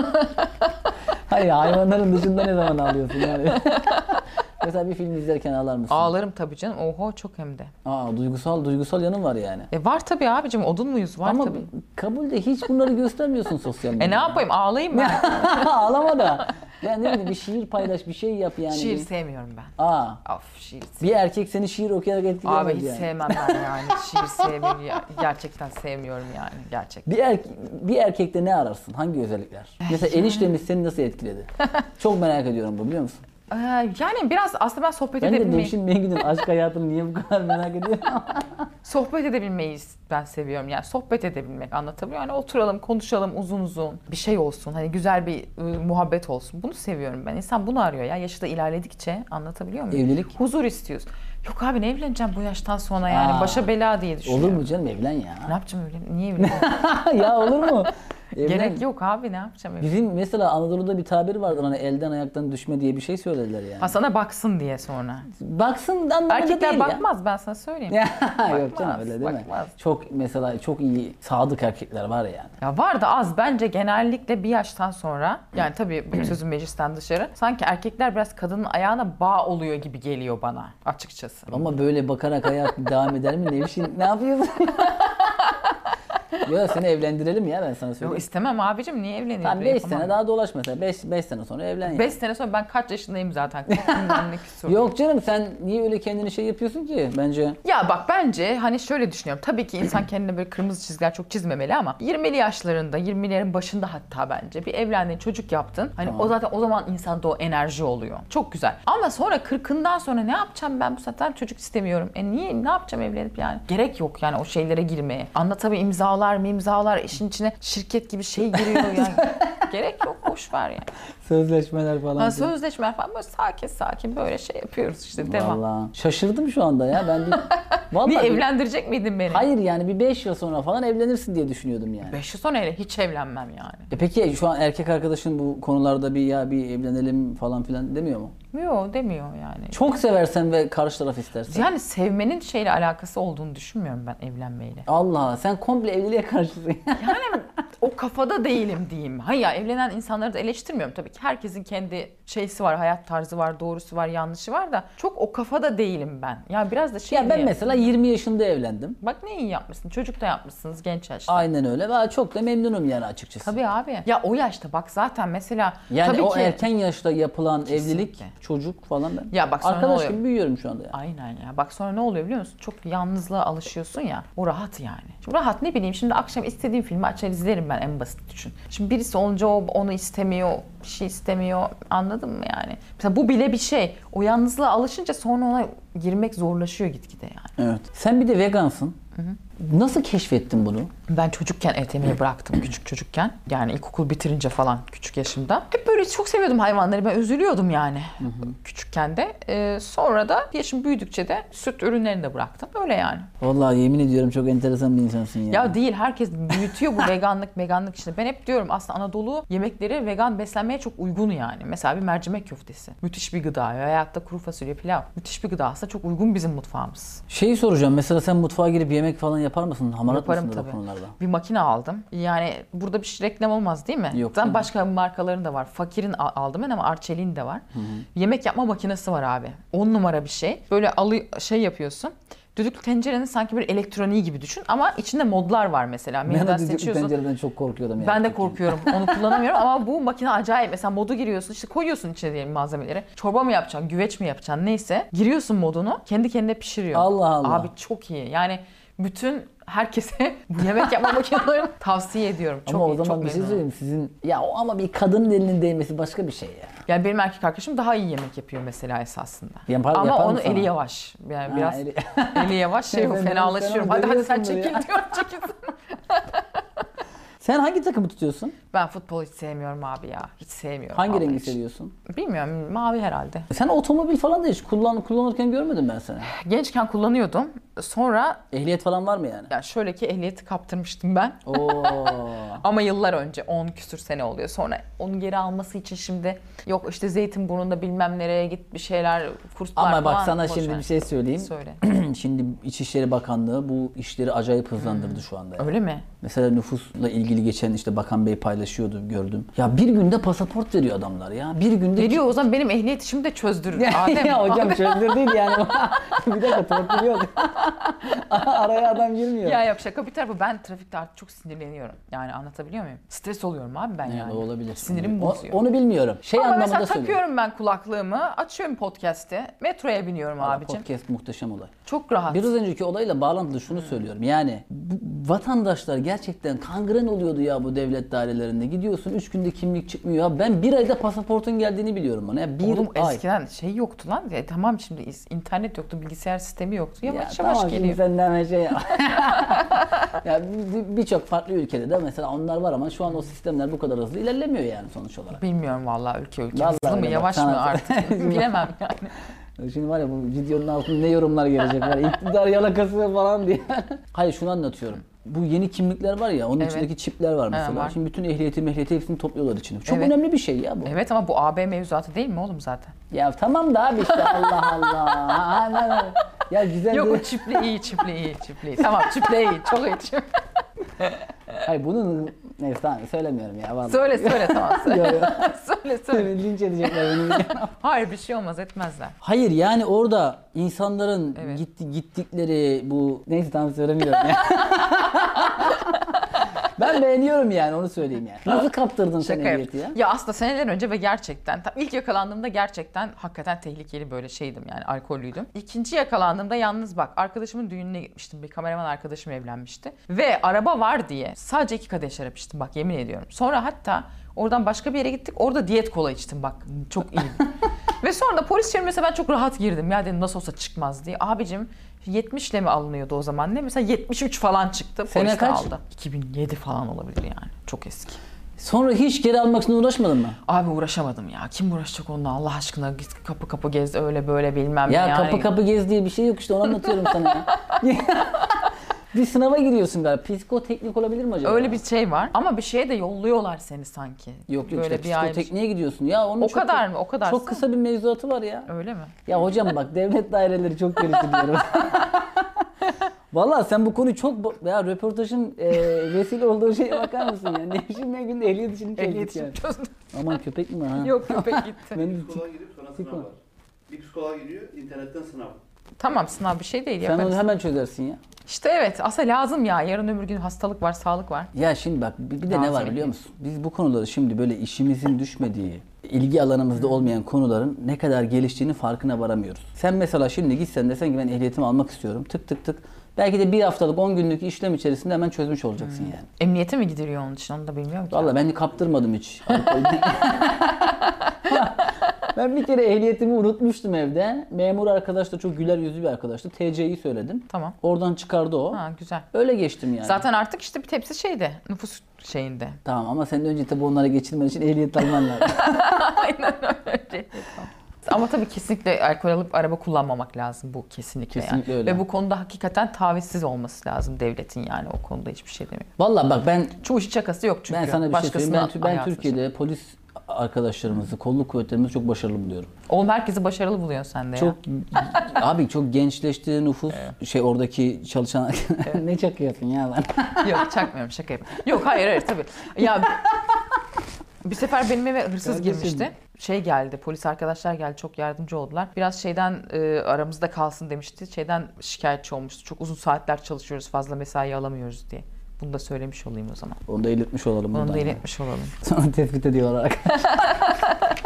Hayır, hayvanların dışında ne zaman ağlıyorsun yani? Mesela bir film izlerken ağlar mısın? Ağlarım tabii canım. Oho, çok hem de. Aa, duygusal duygusal yanın var yani. E var tabii abicim, odun muyuz? Var Ama tabii. kabulde hiç bunları göstermiyorsun sosyal medyada. E ne yapayım, ağlayayım ben. Ağlama da. Yani ne bileyim, bir şiir paylaş, bir şey yap yani. Şiir Bir- sevmiyorum ben. Aa, Of, şiir sevmiyorum. bir erkek seni şiir okuyarak etkileyemez Abi hiç yani. sevmem ben yani. Şiir sevmiyorum. ya- Gerçekten sevmiyorum yani. Gerçekten. Bir, erke bir erkekte ne ararsın? Hangi özellikler? Mesela eniştemiz seni nasıl etkiledi? Çok merak ediyorum bu, biliyor musun? Ee, yani biraz aslında ben sohbet Ben de edebilmeyi, Nevşin Mengü'nün aşk hayatını niye bu kadar merak ediyorum? sohbet edebilmeyi ben seviyorum yani. Sohbet edebilmek, anlatabiliyor. Yani oturalım, konuşalım uzun uzun. Bir şey olsun. Hani güzel bir ıı, muhabbet olsun. Bunu seviyorum ben. İnsan bunu arıyor ya. Yaşı da ilerledikçe, anlatabiliyor muyum? Evlilik? Huzur istiyoruz. Yok abi, ne evleneceğim bu yaştan sonra yani. Aa, Başa bela diye düşünüyorum. Olur mu canım, evlen ya. Ne yapacağım öyle? Niye evleneyim? Ya olur mu? Evlen. Gerek yok abi, ne yapacağım öyle? Bizim mesela Anadolu'da bir tabir vardır, hani elden ayaktan düşme diye bir şey söylediler yani. Ha, sana baksın diye sonra. Baksın anlamında Erkekler değil bakmaz, ben sana söyleyeyim. ya. Yok Bakmaz, canım, öyle değil mi? bakmaz. Çok mesela çok iyi sadık erkekler var yani. Ya var da az bence, genellikle bir yaştan sonra, yani tabii bu sözüm meclisten dışarı, sanki erkekler biraz kadının ayağına bağ oluyor gibi geliyor bana açıkçası. Ama böyle bakarak hayat devam eder mi Nevşin? Ne yapıyorsun? Ya seni evlendirelim ya, ben sana Yok söyleyeyim. istemem abicim, niye evleneyim? Tamam, beş sene daha dolaş mesela. beş sene sonra evlen yani. beş sene sonra ben kaç yaşındayım zaten? Bilmem ne küsur. Yok canım, sen niye öyle kendini şey yapıyorsun ki bence? Ya bak, bence hani şöyle düşünüyorum. Tabii ki insan kendine böyle kırmızı çizgiler çok çizmemeli ama yirmili yaşlarında, yirmilerin başında hatta bence bir evlendin, çocuk yaptın. Hani Tamam. o zaten o zaman insanda o enerji oluyor. Çok güzel. Ama sonra kırkından sonra ne yapacağım ben, bu sefer çocuk istemiyorum. E niye, ne yapacağım evlenip yani? Gerek yok yani o şeylere girmeye. Anlatabiliyor, imzalar imzalar işin içine şirket gibi şey giriyor yani. Gerek yok, boş ver yani. Sözleşmeler falan. Ha, sözleşme falan böyle sakin sakin böyle şey yapıyoruz işte, devam. Vallahi şaşırdım şu anda ya ben bir... Vallahi Niye, bir- evlendirecek miydin beni? Hayır yani bir beş yıl sonra falan evlenirsin diye düşünüyordum yani. Beş yıl sonra hele hiç evlenmem yani. E peki şu an erkek arkadaşın bu konularda bir ya bir evlenelim falan filan demiyor mu? Yok, demiyor yani. Çok seversen ve karşı taraf istersen. Yani sevmenin şeyle alakası olduğunu düşünmüyorum ben, evlenmeyle. Allah, sen komple evliliğe karşısın. Yani o kafada değilim diyeyim. Hayır ya, evlenen insanları da eleştirmiyorum tabii ki. Herkesin kendi şeysi var, hayat tarzı var, doğrusu var, yanlışı var da çok o kafada değilim ben. Yani biraz da şey Ya ben diye- mesela yirmi yaşında evlendim. Bak ne iyi yapmışsın. Çocuk da yapmışsınız genç yaşta. Aynen öyle ve çok da memnunum yani açıkçası. Tabii abi. Ya o yaşta bak zaten mesela Yani tabii o ki... erken yaşta yapılan Kesinlikle. evlilik, çocuk falan ben. Ya bak sonra ne arkadaş oluyor? gibi büyüyorum şu anda ya. Aynen ya. Bak sonra ne oluyor biliyor musun? Çok yalnızlığa alışıyorsun ya. O rahat yani. Şimdi rahat, ne bileyim, şimdi akşam istediğim filmi açar izlerim ben, en basit düşün. Şimdi birisi olunca o onu istemiyor, bir şey istemiyor. Anladın mı yani? Mesela bu bile bir şey. O yalnızlığa alışınca sonra ona girmek zorlaşıyor gitgide yani. Evet. Sen bir de vegansın. Nasıl keşfettin bunu? Ben çocukken et yemeyi bıraktım, küçük çocukken. Yani ilkokul bitirince falan, küçük yaşımda. Hep böyle çok seviyordum hayvanları. Ben üzülüyordum yani küçükken de. Ee, sonra da yaşım büyüdükçe de süt ürünlerini de bıraktım. Öyle yani. Vallahi yemin ediyorum çok enteresan bir insansın ya. Ya değil, herkes büyütüyor bu veganlık veganlık işte. Ben hep diyorum aslında Anadolu yemekleri vegan beslenmeye çok uygun yani. Mesela bir mercimek köftesi. Müthiş bir gıda. Veyahut da kuru fasulye pilav. Müthiş bir gıda, aslında çok uygun bizim mutfağımız. Şeyi soracağım, mesela sen mutfağa girip yemek falan yapar mısın? Hamarat Yaparım mısındır o tabii. konularda? Bir makine aldım. Yani burada bir şey reklam olmaz değil mi? Yok, Zaten değil mi? başka markaların da var. Fakir'in a- aldım ben ama Arçelik'in de var. Yemek yapma makinesi var abi. On numara bir şey. Böyle alı şey yapıyorsun. Düdüklü tencerenin sanki bir elektroniği gibi düşün ama içinde modlar var mesela. Ben o Menüden düdüklü seçiyorsun. tencereden çok korkuyordum. Ben yani. de korkuyorum. Onu kullanamıyorum ama bu makine acayip. Mesela modu giriyorsun, işte koyuyorsun içine diyelim malzemeleri. Çorba mı yapacaksın, güveç mi yapacaksın neyse. Giriyorsun modunu, kendi kendine pişiriyor. Allah Allah. Abi çok iyi. Yani bütün herkese bu yemek yapma makinelerini tavsiye ediyorum. Çok ama o iyi, zaman çok bir şey memnunum. söyleyeyim sizin ya o ama bir kadının elinin değmesi başka bir şey ya. Yani benim erkek arkadaşım daha iyi yemek yapıyor mesela esasında. Yapar- Ama yapar mı onun sana? eli yavaş. Yani Ha, biraz eli- eli yavaş şey Sen- fenalaşıyorum. sen onu Hadi hadi sen dövüyorsundur çekil ya. diyorum çekil. Sen hangi takımı tutuyorsun? Ben futbol hiç sevmiyorum abi ya. Hiç sevmiyorum. Hangi vallahi rengi hiç. seviyorsun? Bilmiyorum, mavi herhalde. Sen otomobil falan da hiç kullan, kullanırken görmedim ben seni. Gençken kullanıyordum. Sonra Ehliyet falan var mı yani? yani şöyle ki ehliyeti kaptırmıştım ben. Oo. Ama yıllar önce, on küsür sene oluyor. Sonra onu geri alması için şimdi yok işte Zeytinburnu'nda bilmem nereye git bir şeyler, kurslar Ama bak falan. sana Boş şimdi ver. bir şey söyleyeyim. Söyle. Şimdi İçişleri Bakanlığı bu işleri acayip hızlandırdı şu anda. yani. Öyle mi? Mesela nüfusla ilgili geçen işte Bakan Bey paylaşıyordu gördüm. Ya bir günde pasaport veriyor adamlar ya. Bir günde... Veriyor o zaman benim ehliyet işimi de çözdürür. Adem. ya hocam Adem. çözdür değil yani. Bir dakika torpil yok. Araya adam girmiyor. Ya yok şaka bir tarafa ben trafikte artık çok sinirleniyorum. Yani anlatabiliyor muyum? Stres oluyorum abi ben yani. Yani olabilir. Sinirim O- bozuyor. Onu bilmiyorum. Şey Ama anlamında mesela söylüyorum. takıyorum ben kulaklığımı, açıyorum podcast'i, metroya biniyorum Valla abicim. Podcast muhteşem olay. Çok rahat. Biraz önceki olayla bağlantılı şunu söylüyorum. Yani bu vatandaşlar gerçekten kangren oluyordu ya bu devlet dairelerinde. Gidiyorsun üç günde kimlik çıkmıyor. Ya ben bir ayda pasaportun geldiğini biliyorum bana. Ya bir Oğlum ay. eskiden şey yoktu lan. Ya, tamam şimdi is- internet yoktu, bilgisayar sistemi yoktu. Ya Yavaş tamam yavaş şimdi geliyor. senden her şey ya bir- birçok farklı ülkede de mesela onlar var ama şu an o sistemler bu kadar hızlı ilerlemiyor yani sonuç olarak. Bilmiyorum vallahi ülke ülke. Vallahi Hızlı mı öyle bak, yavaş sana- mı artık bilemem yani. Şimdi var ya bu videonun altında ne yorumlar gelecek var. İktidar yalakası falan diye. Hayır şunu anlatıyorum. Bu yeni kimlikler var ya onun Evet. içindeki çipler var mesela. var. Şimdi bütün ehliyeti mehliyeti hepsini topluyorlar içine. Çok Evet. önemli bir şey ya bu. Evet ama bu A B mevzuatı değil mi oğlum zaten? Ya tamam da abi işte Allah Allah. Ha, ne- ne- Ya güzel Yok de- o çipli iyi, çipli iyi, çipli iyi. Tamam çipli iyi, çok iyi. çip- Hayır bunun neyse tamam söylemiyorum ya vallahi. Söyle söyle tamam söyle. Yok, yok. söyle söyle. Linç edecekler beni. Hayır bir şey olmaz etmezler. Hayır yani orada insanların Evet. gitti, gittikleri bu neyse tam söylemiyorum ya. Ben beğeniyorum yani onu söyleyeyim yani. Nasıl kaptırdın sen Şaka ehliyeti yaptım. ya? Ya aslında seneler önce ve gerçekten tam ilk yakalandığımda gerçekten hakikaten tehlikeli böyle şeydim yani alkollüydüm. İkinci yakalandığımda yalnız bak arkadaşımın düğününe gitmiştim. Bir kameraman arkadaşım evlenmişti. Ve araba var diye sadece iki kadeh şarap içtim bak yemin ediyorum. Sonra hatta oradan başka bir yere gittik. Orada diyet kola içtim bak. Çok iyi. Ve sonra da polis çevirmesi ben çok rahat girdim. Ya dedim nasıl olsa çıkmaz diye. Abicim yetmişle mi alınıyordu o zaman ne? Mesela yetmiş üç falan çıktı. Sene Polis de kaç? aldı. iki bin yedi falan olabilir yani. Çok eski. Sonra hiç geri almak için uğraşmadın mı? Abi uğraşamadım ya. Kim uğraşacak onunla Allah aşkına git kapı kapı gez öyle böyle bilmem Ya ne yani. kapı kapı gez diye bir şey yok işte onu anlatıyorum sana ya. Bir sınava giriyorsun galiba. Psikoteknik olabilir mi acaba? Öyle bir şey var ama bir şeye de yolluyorlar seni sanki. Yok yok böyle işte bir ay- psikotekniğe gidiyorsun. Ya onun O çok, kadar mı? O kadar. Çok kısa bir mevzuatı var ya. Öyle mi? Ya hocam bak devlet daireleri çok gelişti diyorum. Vallahi sen bu konuyu çok bo- ya röportajın e, vesile olduğu şeye bakar mısın ya? Nevşin Mengü'nün ehliyet işini çözdük Ehliyet yani. için çözdüm. Aman köpek mi var ha? Yok köpek gitti. Ben- Psikoloğa girip sonra sınav var. Bir psikoloğa giriyor, internetten sınav. Tamam sınav bir şey değil Sen yaparız. onu hemen çözersin ya. İşte evet aslında lazım ya. Yarın öbür gün hastalık var, sağlık var. Ya şimdi bak bir, bir de ne Lazım var biliyor ehliyet. musun? Biz bu konuları şimdi böyle işimizin düşmediği, ilgi alanımızda olmayan konuların ne kadar geliştiğini farkına varamıyoruz. Sen mesela şimdi gitsen desen ki ben ehliyetimi almak istiyorum. Tık tık tık. Belki de bir haftalık on günlük işlem içerisinde hemen çözmüş olacaksın yani. Emniyete mi gidiliyor onun için onu da bilmiyorum ki. Vallahi ben kaptırmadım hiç. Ben bir kere ehliyetimi unutmuştum evde. Memur arkadaş da çok güler yüzlü bir arkadaştı. T C'yi söyledim. Tamam. Oradan çıkardı o. Ha güzel. Öyle geçtim yani. Zaten artık işte bir tepsi şeyde nüfus şeyinde. Tamam ama sen önce tabii onlara geçirmen için ehliyet alman lazım. Aynen öyle. Ama tabii kesinlikle alkol alıp araba kullanmamak lazım bu kesinlikle, Kesinlikle yani. öyle. Ve bu konuda hakikaten tavizsiz olması lazım devletin yani o konuda hiçbir şey demiyor. Vallahi bak ben Çoğu işin şakası yok çünkü. ben sana bir şey söyleyeyim. Ben, Başkasının ben hayatı. Türkiye'de polis arkadaşlarımızı, kolluk kuvvetlerimizi çok başarılı buluyorum. Oğlum herkesi başarılı buluyorsun sen de ya. Çok abi çok gençleşti nüfus. Şey oradaki çalışan ne çakıyorsun ya lan? Yok çakmıyorum şaka yapıyorum. Yok hayır hayır tabii. Ya bir sefer benim eve hırsız Kardeşim. girmişti. Şey geldi, polis arkadaşlar geldi, çok yardımcı oldular. Biraz şeyden e, aramızda kalsın demişti. Şeyden şikayetçi olmuştu. Çok uzun saatler çalışıyoruz, fazla mesai alamıyoruz diye. Bunu da söylemiş olayım o zaman. Onu da iletmiş olalım Onu buradan da yani. iletmiş olalım. Sonra tespit ediyorlar.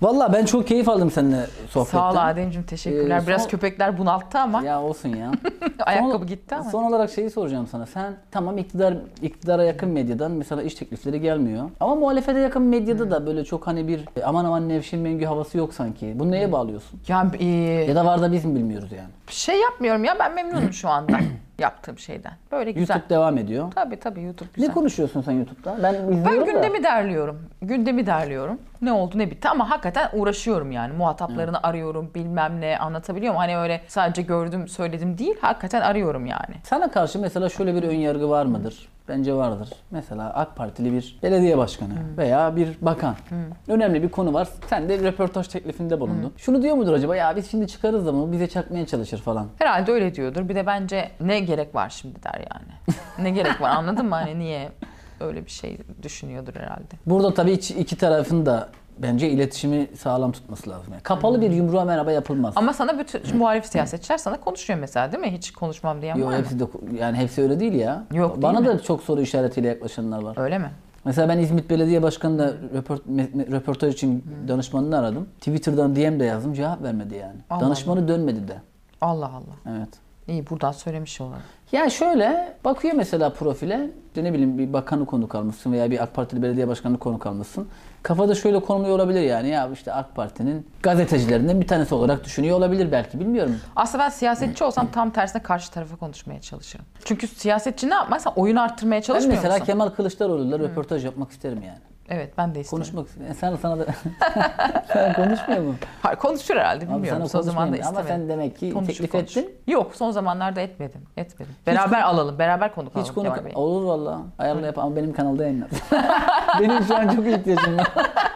Vallahi ben çok keyif aldım seninle sohbetten. Sağ ol Ademciğim, teşekkürler. Ee, son- Biraz köpekler bunalttı ama Ya olsun ya. ayakkabı Son- gitti ama. Son olarak şeyi soracağım sana. Sen tamam iktidar iktidara yakın medyadan mesela iş teklifleri gelmiyor. Ama muhalefete yakın medyada da böyle çok hani bir e, aman aman Nevşin Mengü havası yok sanki. Bunu neye bağlıyorsun? Ya e, Ya da var da biz mi bilmiyoruz yani? şey yapmıyorum ya, ben memnunum şu anda yaptığım şeyden. Böyle güzel. YouTube devam ediyor. Tabii tabii YouTube güzel. Ne konuşuyorsun sen YouTube'da? Ben izliyorum Ben da. gündemi derliyorum. Gündemi derliyorum. Ne oldu ne bitti ama hakikaten uğraşıyorum yani. Muhataplarını arıyorum, bilmem ne, anlatabiliyor muyum? Hani öyle sadece gördüm söyledim değil, hakikaten arıyorum yani. Sana karşı mesela şöyle bir önyargı var mıdır? Bence vardır. Mesela AK Partili bir belediye başkanı veya bir bakan. Önemli bir konu var. Sen de röportaj teklifinde bulundun. Şunu diyor mudur acaba? Ya biz şimdi çıkarız da bunu bize çakmaya çalışır falan. Herhalde öyle diyordur. Bir de bence ne gerek var şimdi der yani. Ne gerek var, anladın mı? Hani niye öyle bir şey düşünüyordur herhalde. Burada tabii iki, iki tarafın da bence iletişimi sağlam tutması lazım. Yani kapalı bir yumruğa merhaba yapılmaz. Ama sana bütün şu muhalif siyasetçiler sana konuşuyor mesela, değil mi? Hiç konuşmam diyen Yok var mı? hepsi de yani hepsi öyle değil ya. Yok, Bana değil da çok soru işaretiyle yaklaşanlar var. Öyle mi? Mesela ben İzmit Belediye Başkanı'nda röport, me- röportaj için danışmanını aradım. Twitter'dan D M de yazdım, cevap vermedi yani. Allah Danışmanı dönmedi de. Allah Allah. Evet. İyi, buradan söylemiş olalım. Ya şöyle bakıyor mesela profile, işte ne bileyim bir bakanı konuk almışsın veya bir AK Partili belediye başkanını konuk almışsın. Kafada şöyle konumluyor olabilir yani, ya işte AK Parti'nin gazetecilerinden bir tanesi olarak düşünüyor olabilir belki, bilmiyorum. Aslında ben siyasetçi olsam tam tersine karşı tarafa konuşmaya çalışırım. Çünkü siyasetçi ne yapmaz? Sen oyun arttırmaya Ben çalışmıyor mesela musun? Kemal Kılıçdaroğlu'yla röportaj yapmak isterim yani. Evet, ben de isterim. Konuşmak isterim. Sen sana da sen konuşmuyor mu? Hayır, konuşur herhalde, Abi bilmiyorum. sana Son zamanlarda konuşmayayım ama istemedim. sen demek ki Konuşur, teklif konuşur. ettin. Yok, son zamanlarda etmedim. Etmedim. Beraber alalım, beraber konuk alalım. Hiç konu Kemal Bey. olur valla. Ayarla yap ama benim kanalda yayınlar. Benim şu an çok ihtiyacım var.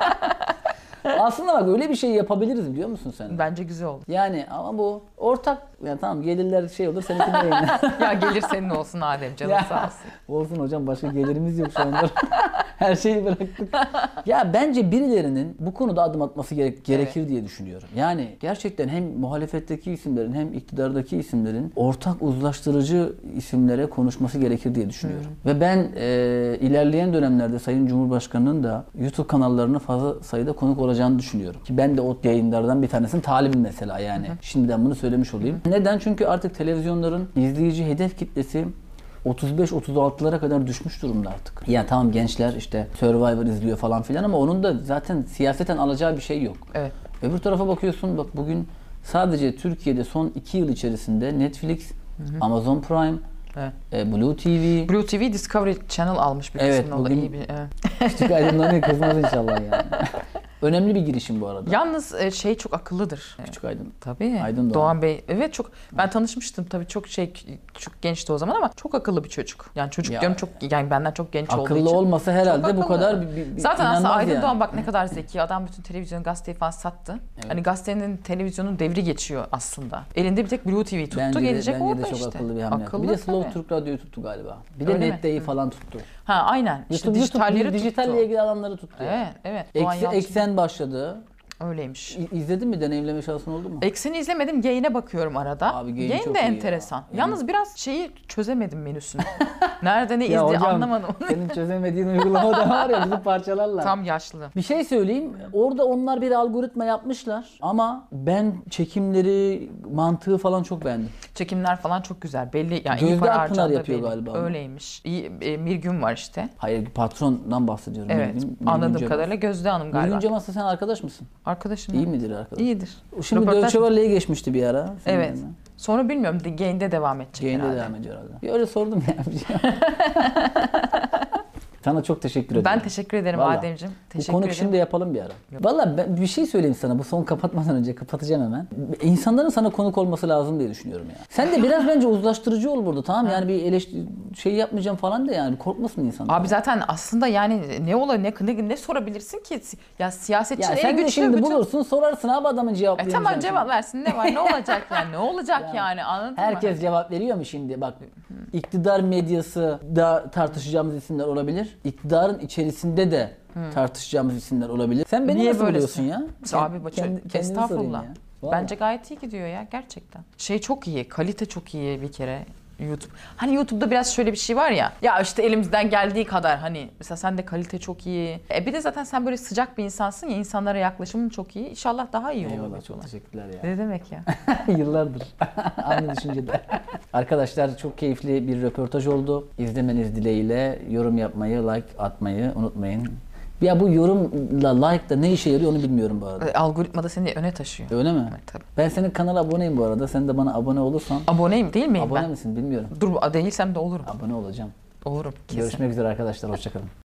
Aslında bak öyle bir şey yapabiliriz biliyor musun sen? Bence güzel olur. Yani ama bu ortak, yani tamam gelirler şey olur seninkinde yayınlar. Ya gelir senin olsun Adem, canın Ya, sağ olsun. olsun hocam, başka gelirimiz yok şu anda. Her şeyi bıraktık. Ya bence birilerinin bu konuda adım atması gerek, gerekir diye düşünüyorum. Yani gerçekten hem muhalefetteki isimlerin hem iktidardaki isimlerin ortak uzlaştırıcı isimlere konuşması gerekir diye düşünüyorum. Ve ben e, ilerleyen dönemlerde Sayın Cumhurbaşkanı'nın da YouTube kanallarına fazla sayıda konuk olacağını düşünüyorum. Ki ben de o yayınlardan bir tanesinin talibim mesela yani. Şimdiden bunu söylemiş olayım. Neden? Çünkü artık televizyonların izleyici hedef kitlesi otuz beş otuz altılara kadar düşmüş durumda artık. Yani tamam gençler işte Survivor izliyor falan filan ama onun da zaten siyaseten alacağı bir şey yok. Evet. Öbür tarafa bakıyorsun, bak bugün sadece Türkiye'de son iki yıl içerisinde Netflix, Amazon Prime, Evet. e, Blue T V, Blue T V Discovery Channel almış bir Evet, kısmını, o da bugün- iyi bir... Evet. küçük aydınlanıyor, kızmaz inşallah yani. Önemli bir girişim bu arada. Yalnız e, şey çok akıllıdır. Küçük Aydın. Tabii. Aydın Doğan. Doğan Bey. Evet, çok ben tanışmıştım tabii, çok şey çok gençti o zaman ama çok akıllı bir çocuk. Yani çocuk Ya, diyorum, çok yani benden çok genç olduğu Akıllı için. olmasa herhalde Çok bu akıllı. kadar bir, bir, bir Zaten aslında inanmaz Aydın yani. Doğan bak ne kadar zeki. Adam bütün televizyonu, gazeteyi falan sattı. Hani gazetenin, televizyonun devri geçiyor aslında. Elinde bir tek Blue T V tuttu. Bence de, Gelecek bence orada de çok işte. akıllı bir hamle. Akıllı bir de Slow tabii. Türk Radyo'yu tuttu galiba. Bir de Öyle mi? Net'teyi falan tuttu. Ha aynen. İşte YouTube, dijitalleri YouTube, tuttu. dijitalle ilgili alanları tuttu. yani. Evet, evet. Doğan Eksen, Yalçın. eksen başladı. Öyleymiş. İ- İzledin mi? Deneyimleme şansın oldu mu? Ekseni izlemedim, Gain'e bakıyorum arada. Abi Gain Gain çok de iyi ya. enteresan. Yani- Yalnız biraz şeyi çözemedim menüsünü. Nerede ne Ya izle hocam, anlamadım. senin çözemediğin uygulama da var ya, bizi parçalarlar. Tam yaşlı. Bir şey söyleyeyim. Orada onlar bir algoritma yapmışlar ama ben çekimleri, mantığı falan çok beğendim. Çekimler falan çok güzel. Belli yani iyi Gözde para Akpınar harcandığı yapıyor belli. galiba onu. Öyleymiş. İyi, e, Mirgün var işte. Hayır, patrondan bahsediyorum. Evet. Nilgün- Nilgün Anladığım Cemal. kadarıyla Gözde Hanım galiba. Nilgün Cemal, sen arkadaş mısın? Arkadaşım. İyi midir arkadaş? İyidir. Şimdi Röportaj- Deutsche Welle'ye geçmişti bir ara. Senin Evet. yerine. Sonra bilmiyorum. de- Gain'de devam edecek Gain'de herhalde. devam ediyor herhalde. Bir öyle sordum ya. Bir şey. Sana çok teşekkür ederim. Ben teşekkür ederim Vallahi. Ademciğim. Bu Teşekkür konuk ederim. şimdi yapalım bir ara. Valla ben bir şey söyleyeyim sana, bu son kapatmadan önce, kapatacağım hemen. İnsanların sana konuk olması lazım diye düşünüyorum ya. Sen de biraz bence uzlaştırıcı ol burada, tamam, yani bir eleştiri şey yapmayacağım falan da, yani korkmasın insanlar. Abi zaten aslında yani ne ola ne ne, ne sorabilirsin ki? Ya siyasetçinin ya eli sen de güçlü şimdi bütün... bulursun, sorarsın abi adamın E cevaplayacağını. tamam, cevap versin, ne var, ne olacak yani, ne olacak Yani yani, anladın mı? Herkes cevap veriyor mu şimdi? Bak, iktidar medyası da tartışacağımız isimler olabilir. İktidarın içerisinde de tartışacağımız isimler olabilir. Sen beni Niye nasıl böylesin? buluyorsun ya? Abi bu Kendi- kendini sorayım estağfurullah. ya. Vallahi. Bence gayet iyi gidiyor ya gerçekten. Şey çok iyi, kalite çok iyi bir kere. YouTube. Hani YouTube'da biraz şöyle bir şey var ya. Ya işte elimizden geldiği kadar hani mesela sen de kalite çok iyi. E bir de zaten sen böyle sıcak bir insansın ya, insanlara yaklaşımın çok iyi. İnşallah daha iyi olur. Eyvallah, çok teşekkürler ya. Ne demek ya? Yıllardır aynı düşüncede. Arkadaşlar çok keyifli bir röportaj oldu. İzlemeniz dileğiyle yorum yapmayı, like atmayı unutmayın. Ya bu yorumla, like da ne işe yarıyor onu bilmiyorum bu arada. E, Algoritma da seni öne taşıyor. Öyle mi? Evet, tabii. Ben senin kanala aboneyim bu arada. Sen de bana abone olursan. Aboneyim değil miyim Abone ben? misin bilmiyorum. Dur değilsem de olurum. Abone olacağım. Olurum kesin. Görüşmek üzere arkadaşlar. Hoşçakalın.